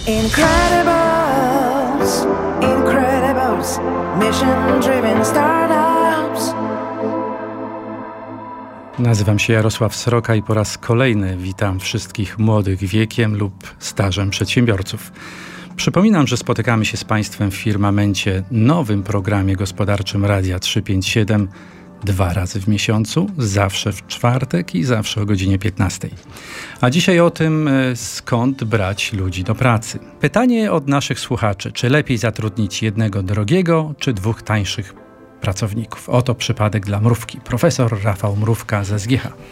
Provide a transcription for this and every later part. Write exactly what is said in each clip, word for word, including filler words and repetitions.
Incredibles, Incredibles, mission-driven startups. Nazywam się Jarosław Sroka i po raz kolejny witam wszystkich młodych wiekiem lub stażem przedsiębiorców. Przypominam, że spotykamy się z Państwem w Firmamencie, nowym programie gospodarczym Radia trzysta pięćdziesiąt siedem, dwa razy w miesiącu, zawsze w czwartek i zawsze o godzinie piętnastej. A dzisiaj o tym, skąd brać ludzi do pracy. Pytanie od naszych słuchaczy, czy lepiej zatrudnić jednego drogiego, czy dwóch tańszych pracowników? Oto przypadek dla Mrówki. Profesor Rafał Mrówka z S G H.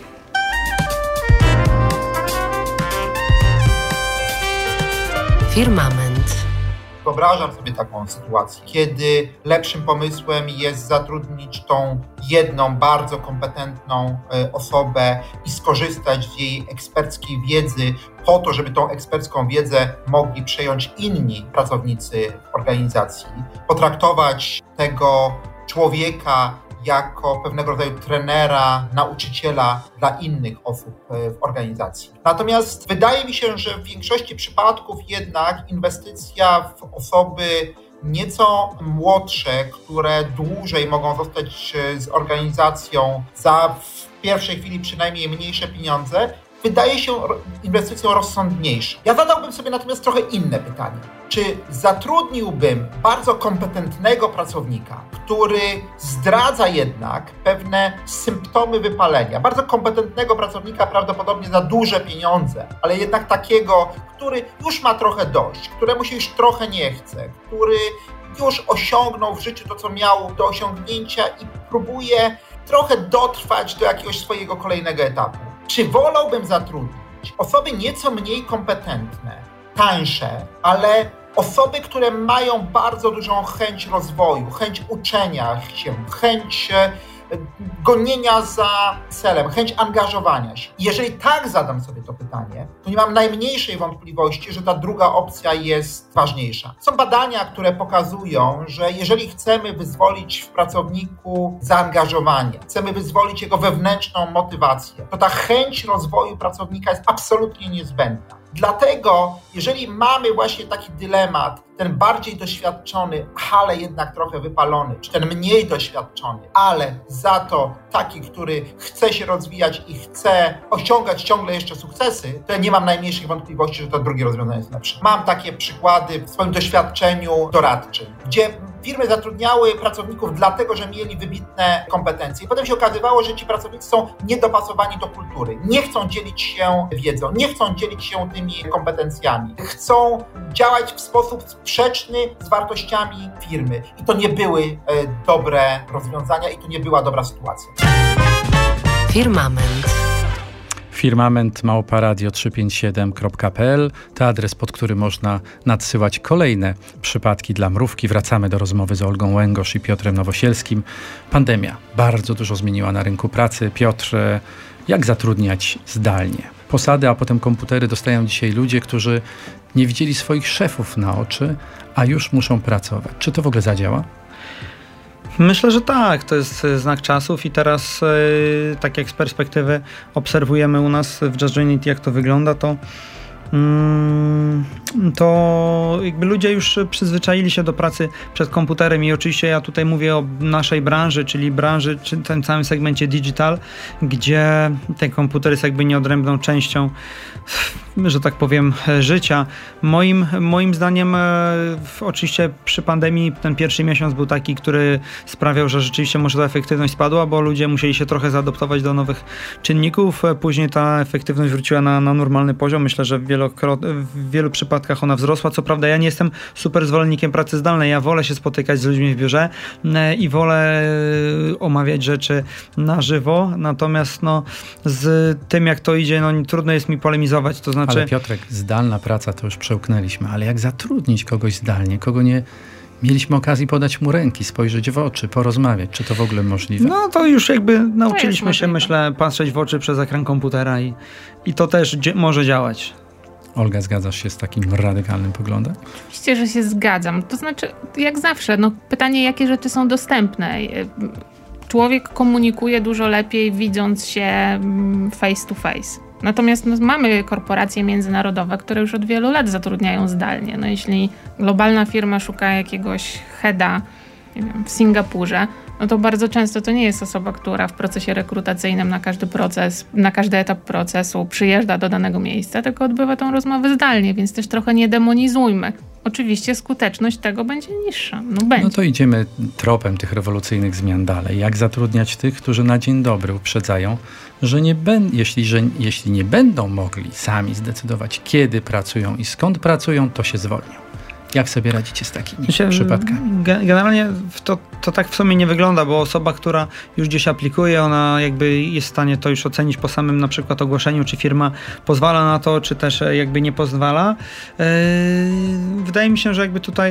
Firmament. Wyobrażam sobie taką sytuację, kiedy lepszym pomysłem jest zatrudnić tą jedną bardzo kompetentną osobę i skorzystać z jej eksperckiej wiedzy po to, żeby tą ekspercką wiedzę mogli przejąć inni pracownicy w organizacji, potraktować tego człowieka jako pewnego rodzaju trenera, nauczyciela dla innych osób w organizacji. Natomiast wydaje mi się, że w większości przypadków jednak inwestycja w osoby nieco młodsze, które dłużej mogą zostać z organizacją za w pierwszej chwili przynajmniej mniejsze pieniądze, wydaje się inwestycją rozsądniejszą. Ja zadałbym sobie natomiast trochę inne pytanie. Czy zatrudniłbym bardzo kompetentnego pracownika, który zdradza jednak pewne symptomy wypalenia, bardzo kompetentnego pracownika prawdopodobnie za duże pieniądze, ale jednak takiego, który już ma trochę dość, któremu się już trochę nie chce, który już osiągnął w życiu to, co miał do osiągnięcia i próbuje trochę dotrwać do jakiegoś swojego kolejnego etapu. Czy wolałbym zatrudnić osoby nieco mniej kompetentne, tańsze, ale osoby, które mają bardzo dużą chęć rozwoju, chęć uczenia się, chęć gonienia za celem, chęć angażowania się? Jeżeli tak zadam sobie to pytanie, to nie mam najmniejszej wątpliwości, że ta druga opcja jest ważniejsza. Są badania, które pokazują, że jeżeli chcemy wyzwolić w pracowniku zaangażowanie, chcemy wyzwolić jego wewnętrzną motywację, to ta chęć rozwoju pracownika jest absolutnie niezbędna. Dlatego, jeżeli mamy właśnie taki dylemat, ten bardziej doświadczony, ale jednak trochę wypalony, czy ten mniej doświadczony, ale za to taki, który chce się rozwijać i chce osiągać ciągle jeszcze sukcesy, to ja nie mam najmniejszych wątpliwości, że to drugie rozwiązanie jest lepsze. Mam takie przykłady w swoim doświadczeniu doradczym, gdzie firmy zatrudniały pracowników dlatego, że mieli wybitne kompetencje. I potem się okazywało, że ci pracownicy są niedopasowani do kultury. Nie chcą dzielić się wiedzą, nie chcą dzielić się tymi kompetencjami. Chcą działać w sposób sprzeczny z wartościami firmy. I to nie były e, dobre rozwiązania i to nie była dobra sytuacja. Firmament. Firmament małpa radio trzysta pięćdziesiąt siedem kropka p l to adres, pod który można nadsyłać kolejne przypadki dla Mrówki. Wracamy do rozmowy z Olgą Łęgosz i Piotrem Nowosielskim. Pandemia bardzo dużo zmieniła na rynku pracy. Piotr, jak zatrudniać zdalnie? Posady, a potem komputery dostają dzisiaj ludzie, którzy nie widzieli swoich szefów na oczy, a już muszą pracować. Czy to w ogóle zadziała? Myślę, że tak. To jest znak czasów i teraz yy, tak jak z perspektywy obserwujemy u nas w Just Join It, jak to wygląda, to to jakby ludzie już przyzwyczaili się do pracy przed komputerem i oczywiście ja tutaj mówię o naszej branży, czyli branży, czy tym całym segmencie digital, gdzie ten komputer jest jakby nieodrębną częścią, że tak powiem, życia. Moim, moim zdaniem oczywiście przy pandemii ten pierwszy miesiąc był taki, który sprawiał, że rzeczywiście może ta efektywność spadła, bo ludzie musieli się trochę zaadoptować do nowych czynników. Później ta efektywność wróciła na, na normalny poziom. Myślę, że wielokrot, w wielu przypadkach ona wzrosła. Co prawda ja nie jestem super zwolennikiem pracy zdalnej. Ja wolę się spotykać z ludźmi w biurze i wolę omawiać rzeczy na żywo. Natomiast no, z tym, jak to idzie, no trudno jest mi polemizować. To znaczy... Ale Piotrek, zdalna praca to już przełknęliśmy, ale jak zatrudnić kogoś zdalnie, kogo nie mieliśmy okazji podać mu ręki, spojrzeć w oczy, porozmawiać, czy to w ogóle możliwe? No to już jakby nauczyliśmy się, myślę, patrzeć w oczy przez ekran komputera i, i to też dzie- może działać. Olga, zgadzasz się z takim radykalnym poglądem? Oczywiście, że się zgadzam. To znaczy, jak zawsze, no pytanie, jakie rzeczy są dostępne. Człowiek komunikuje dużo lepiej, widząc się face to face. Natomiast no, mamy korporacje międzynarodowe, które już od wielu lat zatrudniają zdalnie. No, jeśli globalna firma szuka jakiegoś heada, nie wiem, w Singapurze, no to bardzo często to nie jest osoba, która w procesie rekrutacyjnym na każdy proces, na każdy etap procesu przyjeżdża do danego miejsca, tylko odbywa tą rozmowę zdalnie, więc też trochę nie demonizujmy. Oczywiście skuteczność tego będzie niższa. No, będzie. No to idziemy tropem tych rewolucyjnych zmian dalej. Jak zatrudniać tych, którzy na dzień dobry uprzedzają, że nie ben, jeśli, że jeśli nie będą mogli sami zdecydować, kiedy pracują i skąd pracują, to się zwolnią. Jak sobie radzicie z takimi Myślę, przypadkami? Generalnie to, to tak w sumie nie wygląda, bo osoba, która już gdzieś aplikuje, ona jakby jest w stanie to już ocenić po samym na przykład ogłoszeniu, czy firma pozwala na to, czy też jakby nie pozwala. Wydaje mi się, że jakby tutaj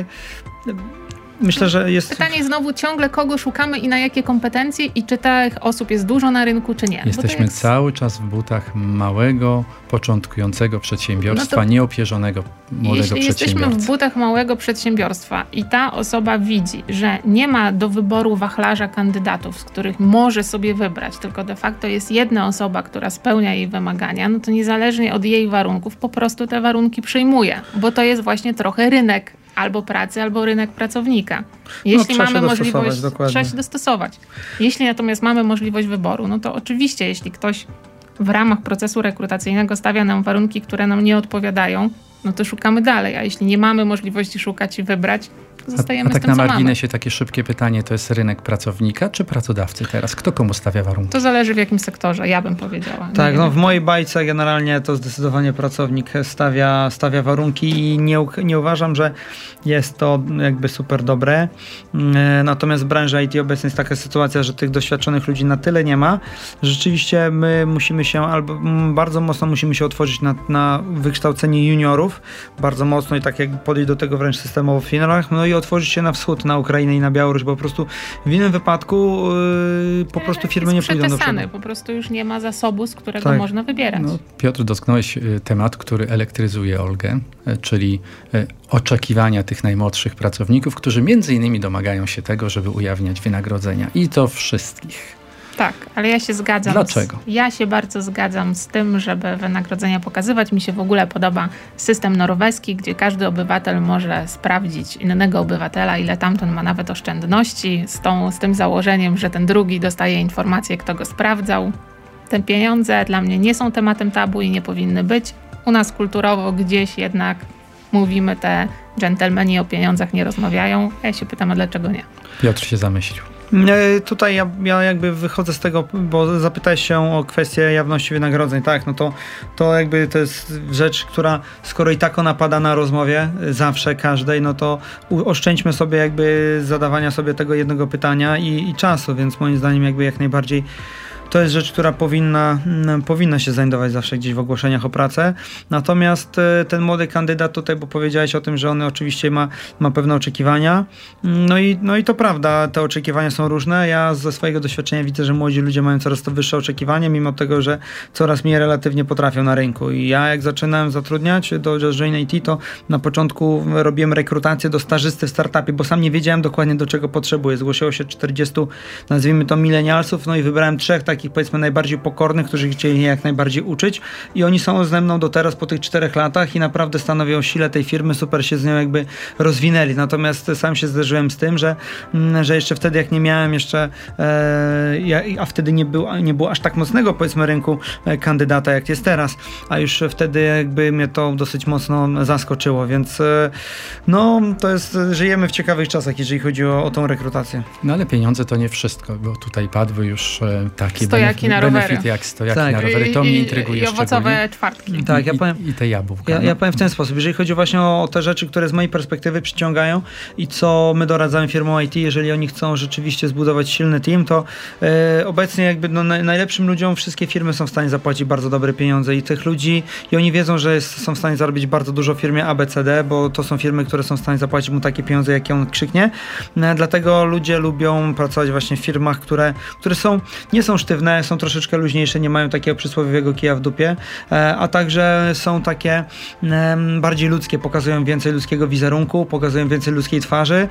myślę, że jest... Pytanie znowu ciągle, kogo szukamy i na jakie kompetencje i czy tych osób jest dużo na rynku, czy nie. Jesteśmy jest... cały czas w butach małego, początkującego przedsiębiorstwa, no to... nieopierzonego młodego Jeśli przedsiębiorstwa. jesteśmy w butach małego przedsiębiorstwa i ta osoba widzi, że nie ma do wyboru wachlarza kandydatów, z których może sobie wybrać, tylko de facto jest jedna osoba, która spełnia jej wymagania, no to niezależnie od jej warunków po prostu te warunki przyjmuje, bo to jest właśnie trochę rynek albo pracy, albo rynek pracownika. Jeśli no, mamy możliwość, dokładnie. trzeba się dostosować. Jeśli natomiast mamy możliwość wyboru, no to oczywiście, jeśli ktoś w ramach procesu rekrutacyjnego stawia nam warunki, które nam nie odpowiadają, no to szukamy dalej, a jeśli nie mamy możliwości szukać i wybrać, to zostajemy a, a tak z tym, na co marginesie mamy. Takie szybkie pytanie, to jest rynek pracownika czy pracodawcy teraz? Kto komu stawia warunki? To zależy w jakim sektorze, ja bym powiedziała. Tak, no w mojej bajce generalnie to zdecydowanie pracownik stawia, stawia warunki i nie, nie uważam, że jest to jakby super dobre. Natomiast w branży I T obecnie jest taka sytuacja, że tych doświadczonych ludzi na tyle nie ma, że rzeczywiście my musimy się albo bardzo mocno musimy się otworzyć na, na wykształcenie juniorów, bardzo mocno i tak jakby podejść do tego wręcz systemowo w finałach, no i otworzyć się na wschód, na Ukrainę i na Białoruś, bo po prostu w innym wypadku yy, po prostu firmy nie pójdą do przodu. Po prostu już nie ma zasobu, z którego tak. można wybierać. No. Piotr, dotknąłeś temat, który elektryzuje Olgę, czyli oczekiwania tych najmłodszych pracowników, którzy między innymi domagają się tego, żeby ujawniać wynagrodzenia. I to wszystkich. Tak, ale ja się zgadzam. Dlaczego? Z, ja się bardzo zgadzam z tym, żeby wynagrodzenia pokazywać. Mi się w ogóle podoba system norweski, gdzie każdy obywatel może sprawdzić innego obywatela, ile tamten ma nawet oszczędności, z, tą, z tym założeniem, że ten drugi dostaje informację, kto go sprawdzał. Te pieniądze dla mnie nie są tematem tabu i nie powinny być. U nas kulturowo gdzieś jednak mówimy, te dżentelmeni o pieniądzach nie rozmawiają. Ja się pytam, a dlaczego nie? Piotr się zamyślił. Tutaj ja, ja jakby wychodzę z tego, bo zapytałeś się o kwestię jawności wynagrodzeń. Tak, no to, to jakby to jest rzecz, która skoro i tak ona pada na rozmowie zawsze, każdej, no to oszczędźmy sobie jakby zadawania sobie tego jednego pytania i, i czasu, więc moim zdaniem jakby jak najbardziej to jest rzecz, która powinna, powinna się znajdować zawsze gdzieś w ogłoszeniach o pracę. Natomiast ten młody kandydat tutaj, bo powiedziałeś o tym, że on oczywiście ma, ma pewne oczekiwania. No i, no i to prawda, te oczekiwania są różne. Ja ze swojego doświadczenia widzę, że młodzi ludzie mają coraz to wyższe oczekiwania, mimo tego, że coraz mniej relatywnie potrafią na rynku. I ja jak zaczynałem zatrudniać do Join I T, to na początku robiłem rekrutację do stażysty w startupie, bo sam nie wiedziałem dokładnie, do czego potrzebuję. Zgłosiło się czterdziestu, nazwijmy to milenialsów, no i wybrałem trzech takich takich powiedzmy najbardziej pokornych, którzy chcieli jak najbardziej uczyć i oni są ze mną do teraz po tych czterech latach i naprawdę stanowią siłę tej firmy, super się z nią jakby rozwinęli. Natomiast sam się zderzyłem z tym, że, że jeszcze wtedy jak nie miałem jeszcze, e, a wtedy nie, był, nie było aż tak mocnego powiedzmy rynku kandydata jak jest teraz, a już wtedy jakby mnie to dosyć mocno zaskoczyło, więc no to jest, żyjemy w ciekawych czasach, jeżeli chodzi o, o tą rekrutację. No ale pieniądze to nie wszystko, bo tutaj padły już e, takie stojaki benefity, na rowery. benefity jak stojaki tak. na rowery. To I, mnie intryguje i owocowe szczególnie. czwartki. Tak, ja I, powiem, i, I te jabłka. Ja, no. ja powiem w ten sposób, jeżeli chodzi właśnie o, o te rzeczy, które z mojej perspektywy przyciągają i co my doradzamy firmom I T, jeżeli oni chcą rzeczywiście zbudować silny team, to e, obecnie jakby no, naj, najlepszym ludziom wszystkie firmy są w stanie zapłacić bardzo dobre pieniądze i tych ludzi, i oni wiedzą, że jest, są w stanie zarobić bardzo dużo w firmie A B C D, bo to są firmy, które są w stanie zapłacić mu takie pieniądze, jakie on krzyknie. E, dlatego ludzie lubią pracować właśnie w firmach, które, które są, nie są sztywne, kreatywne, są troszeczkę luźniejsze, nie mają takiego przysłowiowego kija w dupie, a także są takie bardziej ludzkie, pokazują więcej ludzkiego wizerunku, pokazują więcej ludzkiej twarzy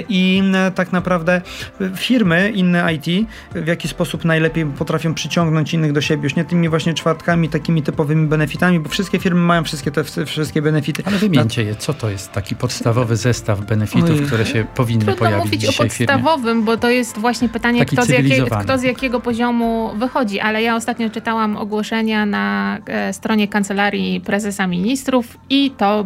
i tak naprawdę firmy, inne I T, w jaki sposób najlepiej potrafią przyciągnąć innych do siebie, już nie tymi właśnie czwartkami, takimi typowymi benefitami, bo wszystkie firmy mają wszystkie te wszystkie benefity. Ale wymieńcie je, co to jest taki podstawowy zestaw benefitów, Oj. które się powinny Trudno pojawić mówić dzisiaj o podstawowym, bo to jest właśnie pytanie, kto z, jakiego, kto z jakiego poziomu wychodzi, ale ja ostatnio czytałam ogłoszenia na e, stronie Kancelarii Prezesa Ministrów i to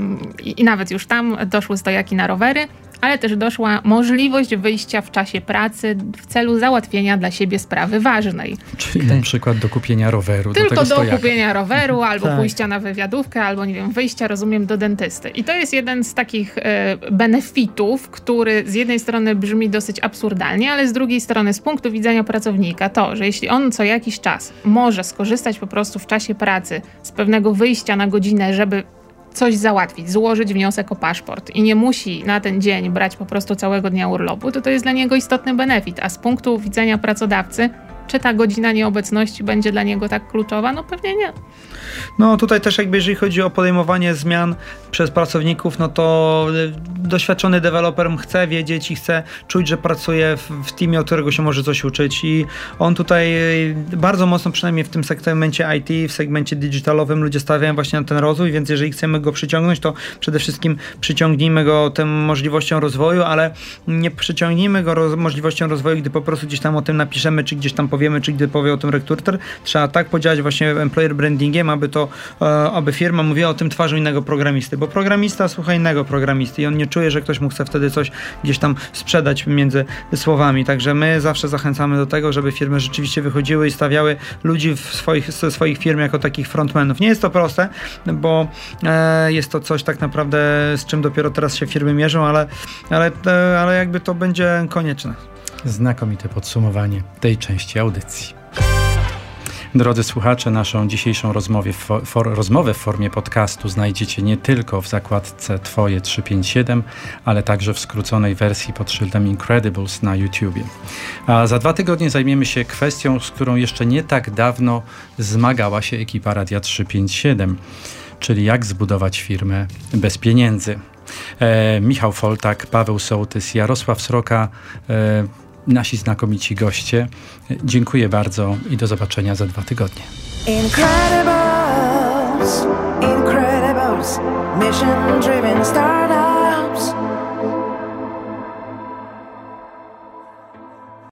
i, i nawet już tam doszły stojaki na rowery, ale też doszła możliwość wyjścia w czasie pracy w celu załatwienia dla siebie sprawy ważnej. Czyli na przykład do kupienia roweru. Tylko do, tego do kupienia roweru, albo tak. pójścia na wywiadówkę, albo nie wiem, wyjścia, rozumiem, do dentysty. I to jest jeden z takich e, benefitów, który z jednej strony brzmi dosyć absurdalnie, ale z drugiej strony z punktu widzenia pracownika to, że jeśli on co jakiś czas może skorzystać po prostu w czasie pracy z pewnego wyjścia na godzinę, żeby coś załatwić, złożyć wniosek o paszport i nie musi na ten dzień brać po prostu całego dnia urlopu, to to jest dla niego istotny benefit. A z punktu widzenia pracodawcy, czy ta godzina nieobecności będzie dla niego tak kluczowa? No pewnie nie. No tutaj też jakby jeżeli chodzi o podejmowanie zmian przez pracowników, no to doświadczony deweloper chce wiedzieć i chce czuć, że pracuje w, w teamie, od którego się może coś uczyć i on tutaj bardzo mocno, przynajmniej w tym segmencie I T, w segmencie digitalowym ludzie stawiają właśnie na ten rozwój, więc jeżeli chcemy go przyciągnąć, to przede wszystkim przyciągnijmy go tą możliwością rozwoju, ale nie przyciągnijmy go roz, możliwością rozwoju, gdy po prostu gdzieś tam o tym napiszemy, czy gdzieś tam powiemy, czy gdy powie o tym rekruter. Trzeba tak podziałać właśnie employer brandingiem, aby to, aby firma mówiła o tym twarzą innego programisty, bo programista słucha innego programisty i on nie czuje, że ktoś mu chce wtedy coś gdzieś tam sprzedać między słowami. Także my zawsze zachęcamy do tego, żeby firmy rzeczywiście wychodziły i stawiały ludzi w swoich, swoich firm jako takich frontmenów. Nie jest to proste, bo e, jest to coś tak naprawdę, z czym dopiero teraz się firmy mierzą, ale, ale, e, ale jakby to będzie konieczne. Znakomite podsumowanie tej części audycji. Drodzy słuchacze, naszą dzisiejszą rozmowę w, for, rozmowę w formie podcastu znajdziecie nie tylko w zakładce Twoje trzysta pięćdziesiąt siedem, ale także w skróconej wersji pod szyldem Incredibles na YouTubie. A za dwa tygodnie zajmiemy się kwestią, z którą jeszcze nie tak dawno zmagała się ekipa Radia trzysta pięćdziesiąt siedem, czyli jak zbudować firmę bez pieniędzy. E, Michał Foltak, Paweł Sołtys, Jarosław Sroka, e, nasi znakomici goście. Dziękuję bardzo i do zobaczenia za dwa tygodnie. Incredibles, Incredibles, mission driven star.